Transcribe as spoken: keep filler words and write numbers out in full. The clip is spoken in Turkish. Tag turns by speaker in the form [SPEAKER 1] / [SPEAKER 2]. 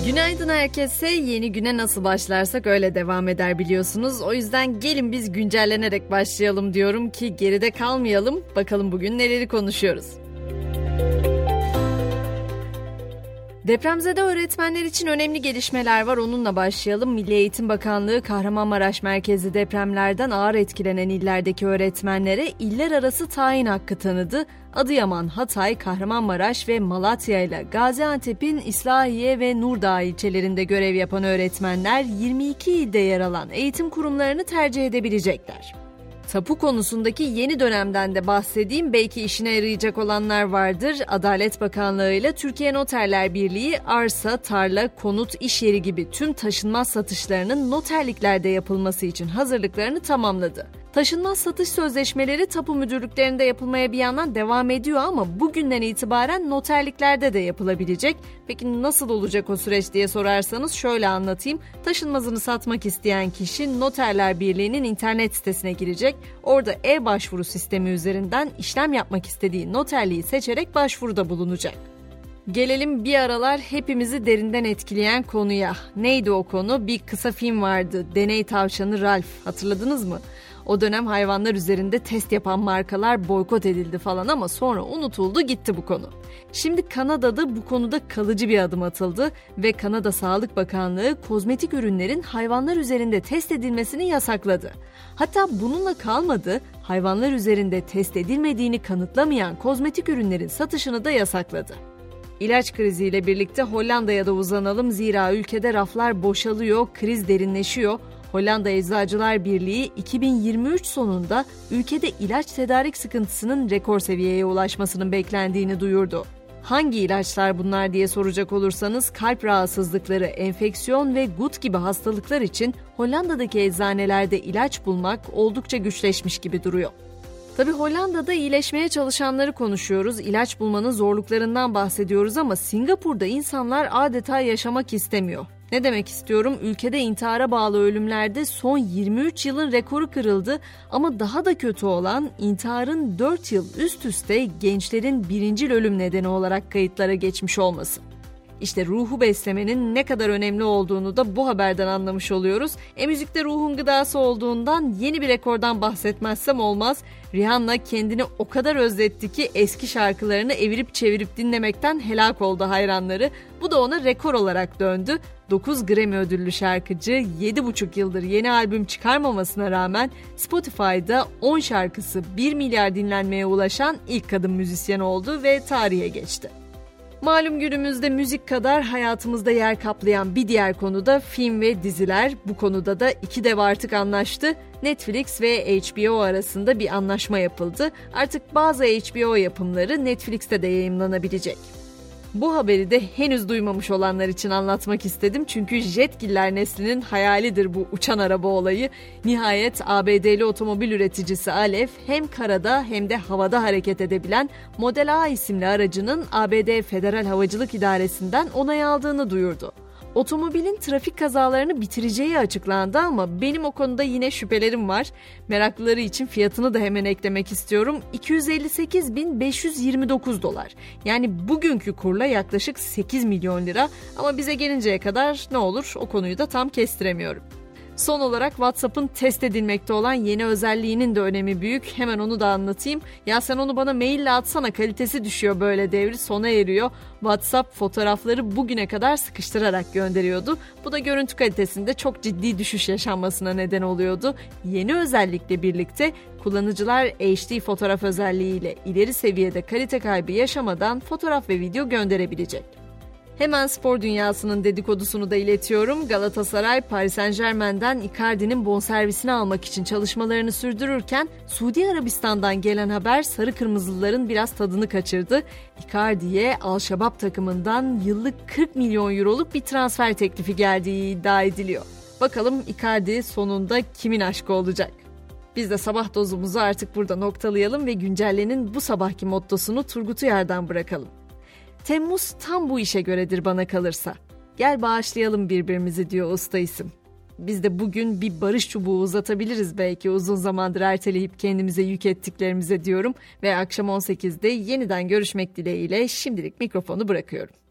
[SPEAKER 1] Günaydın herkese. Yeni güne nasıl başlarsak öyle devam eder biliyorsunuz. O yüzden gelin biz güncellenerek başlayalım diyorum ki geride kalmayalım. Bakalım bugün neleri konuşuyoruz. Depremzede öğretmenler için önemli gelişmeler var. Onunla başlayalım. Milli Eğitim Bakanlığı Kahramanmaraş merkezli depremlerden ağır etkilenen illerdeki öğretmenlere iller arası tayin hakkı tanıdı. Adıyaman, Hatay, Kahramanmaraş ve Malatya ile Gaziantep'in İslahiye ve Nurdağ ilçelerinde görev yapan öğretmenler yirmi iki ilde yer alan eğitim kurumlarını tercih edebilecekler. Tapu konusundaki yeni dönemden de bahsedeyim. Belki işine yarayacak olanlar vardır. Adalet Bakanlığı ile Türkiye Noterler Birliği arsa, tarla, konut, iş yeri gibi tüm taşınmaz satışlarının noterliklerde yapılması için hazırlıklarını tamamladı. Taşınmaz satış sözleşmeleri tapu müdürlüklerinde yapılmaya bir yandan devam ediyor ama bugünden itibaren noterliklerde de yapılabilecek. Peki nasıl olacak o süreç diye sorarsanız şöyle anlatayım. Taşınmazını satmak isteyen kişi Noterler Birliği'nin internet sitesine girecek. Orada e-başvuru sistemi üzerinden işlem yapmak istediği noterliği seçerek başvuruda bulunacak. Gelelim bir aralar hepimizi derinden etkileyen konuya. Neydi o konu? Bir kısa film vardı. Deney tavşanı Ralph. Hatırladınız mı? O dönem hayvanlar üzerinde test yapan markalar boykot edildi falan ama sonra unutuldu gitti bu konu. Şimdi Kanada'da bu konuda kalıcı bir adım atıldı ve Kanada Sağlık Bakanlığı kozmetik ürünlerin hayvanlar üzerinde test edilmesini yasakladı. Hatta bununla kalmadı, hayvanlar üzerinde test edilmediğini kanıtlamayan kozmetik ürünlerin satışını da yasakladı. İlaç kriziyle birlikte Hollanda'ya da uzanalım zira ülkede raflar boşalıyor, kriz derinleşiyor. Hollanda Eczacılar Birliği iki bin yirmi üç sonunda ülkede ilaç tedarik sıkıntısının rekor seviyeye ulaşmasının beklendiğini duyurdu. Hangi ilaçlar bunlar diye soracak olursanız kalp rahatsızlıkları, enfeksiyon ve gut gibi hastalıklar için Hollanda'daki eczanelerde ilaç bulmak oldukça güçleşmiş gibi duruyor. Tabii Hollanda'da iyileşmeye çalışanları konuşuyoruz, ilaç bulmanın zorluklarından bahsediyoruz ama Singapur'da insanlar adeta yaşamak istemiyor. Ne demek istiyorum? Ülkede intihara bağlı ölümlerde son yirmi üç yılın rekoru kırıldı ama daha da kötü olan intiharın dört yıl üst üste gençlerin birincil ölüm nedeni olarak kayıtlara geçmiş olması. İşte ruhu beslemenin ne kadar önemli olduğunu da bu haberden anlamış oluyoruz. E müzikte ruhun gıdası olduğundan yeni bir rekordan bahsetmezsem olmaz. Rihanna kendini o kadar özletti ki eski şarkılarını evirip çevirip dinlemekten helak oldu hayranları. Bu da ona rekor olarak döndü. dokuz Grammy ödüllü şarkıcı yedi buçuk yıldır yeni albüm çıkarmamasına rağmen Spotify'da on şarkısı bir milyar dinlenmeye ulaşan ilk kadın müzisyen oldu ve tarihe geçti. Malum günümüzde müzik kadar hayatımızda yer kaplayan bir diğer konu da film ve diziler. Bu konuda da iki dev artık anlaştı. Netflix ve H B O arasında bir anlaşma yapıldı. Artık bazı H B O yapımları Netflix'te de yayımlanabilecek. Bu haberi de henüz duymamış olanlar için anlatmak istedim. Çünkü Jetgiller neslinin hayalidir bu uçan araba olayı. Nihayet A B D'li otomobil üreticisi Alev hem karada hem de havada hareket edebilen Model A isimli aracının A B D Federal Havacılık İdaresi'nden onay aldığını duyurdu. Otomobilin trafik kazalarını bitireceği açıklandı ama benim o konuda yine şüphelerim var. Meraklıları için fiyatını da hemen eklemek istiyorum. iki yüz elli sekiz bin beş yüz yirmi dokuz dolar. Yani bugünkü kurla yaklaşık sekiz milyon lira ama bize gelinceye kadar ne olur o konuyu da tam kestiremiyorum. Son olarak WhatsApp'ın test edilmekte olan yeni özelliğinin de önemi büyük. Hemen onu da anlatayım. Ya sen onu bana maille atsana, kalitesi düşüyor, böyle devri sona eriyor. WhatsApp fotoğrafları bugüne kadar sıkıştırarak gönderiyordu. Bu da görüntü kalitesinde çok ciddi düşüş yaşanmasına neden oluyordu. Yeni özellikle birlikte kullanıcılar H D fotoğraf özelliğiyle ileri seviyede kalite kaybı yaşamadan fotoğraf ve video gönderebilecek. Hemen spor dünyasının dedikodusunu da iletiyorum. Galatasaray, Paris Saint-Germain'den Icardi'nin bonservisini almak için çalışmalarını sürdürürken Suudi Arabistan'dan gelen haber sarı kırmızılıların biraz tadını kaçırdı. Icardi'ye Al-Şabab takımından yıllık kırk milyon euroluk bir transfer teklifi geldiği iddia ediliyor. Bakalım Icardi sonunda kimin aşkı olacak? Biz de sabah dozumuzu artık burada noktalayalım ve güncellenin bu sabahki mottosunu Turgut Uyar'dan bırakalım. Temmuz tam bu işe göredir bana kalırsa. Gel bağışlayalım birbirimizi diyor usta isim. Biz de bugün bir barış çubuğu uzatabiliriz belki, uzun zamandır erteleyip kendimize yük ettiklerimize diyorum. Ve akşam on sekizde yeniden görüşmek dileğiyle şimdilik mikrofonu bırakıyorum.